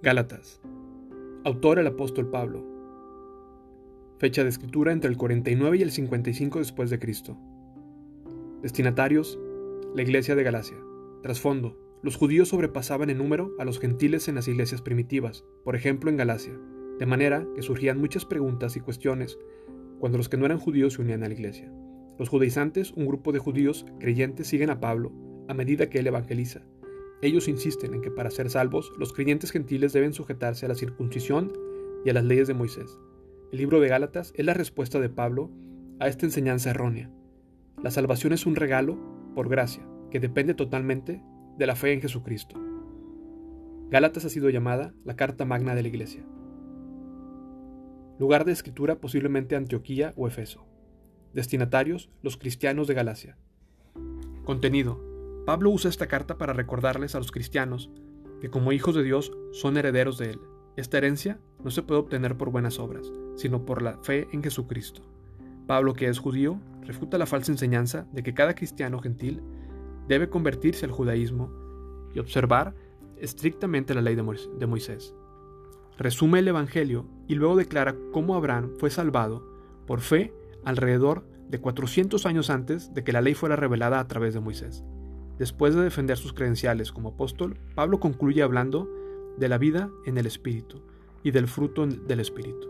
Gálatas. Autor el apóstol Pablo. Fecha de escritura entre el 49 y el 55 después de Cristo. Destinatarios: la iglesia de Galacia. Trasfondo: los judíos sobrepasaban en número a los gentiles en las iglesias primitivas, por ejemplo en Galacia, de manera que surgían muchas preguntas y cuestiones cuando los que no eran judíos se unían a la iglesia. Los judaizantes, un grupo de judíos creyentes, siguen a Pablo a medida que él evangeliza. Ellos insisten en que para ser salvos, los creyentes gentiles deben sujetarse a la circuncisión y a las leyes de Moisés. El libro de Gálatas es la respuesta de Pablo a esta enseñanza errónea. La salvación es un regalo, por gracia, que depende totalmente de la fe en Jesucristo. Gálatas ha sido llamada la carta magna de la iglesia. Lugar de escritura posiblemente Antioquía o Efeso. Destinatarios: los cristianos de Galacia. Contenido: Pablo usa esta carta para recordarles a los cristianos que como hijos de Dios son herederos de Él. Esta herencia no se puede obtener por buenas obras, sino por la fe en Jesucristo. Pablo, que es judío, refuta la falsa enseñanza de que cada cristiano gentil debe convertirse al judaísmo y observar estrictamente la ley de Moisés. Resume el Evangelio y luego declara cómo Abraham fue salvado por fe alrededor de 400 años antes de que la ley fuera revelada a través de Moisés. Después de defender sus credenciales como apóstol, Pablo concluye hablando de la vida en el Espíritu y del fruto del Espíritu.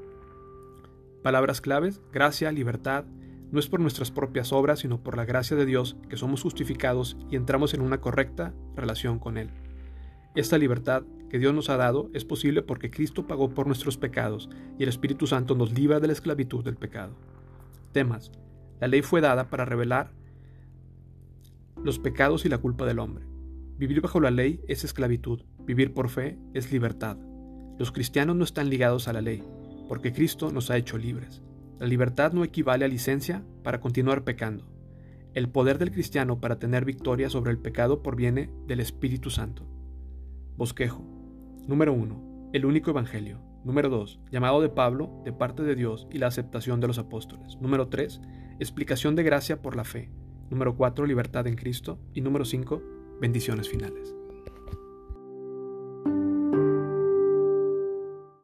Palabras claves: gracia, libertad. No es por nuestras propias obras, sino por la gracia de Dios que somos justificados y entramos en una correcta relación con Él. Esta libertad que Dios nos ha dado es posible porque Cristo pagó por nuestros pecados y el Espíritu Santo nos libra de la esclavitud del pecado. Temas: la ley fue dada para revelar los pecados y la culpa del hombre. Vivir bajo la ley es esclavitud, vivir por fe es libertad. Los cristianos no están ligados a la ley, porque Cristo nos ha hecho libres. La libertad no equivale a licencia para continuar pecando. El poder del cristiano para tener victoria sobre el pecado proviene del Espíritu Santo. Bosquejo. Número 1. El único evangelio. Número 2. Llamado de Pablo, de parte de Dios y la aceptación de los apóstoles. Número 3. Explicación de gracia por la fe. Número 4. Libertad en Cristo. Y número 5. Bendiciones finales.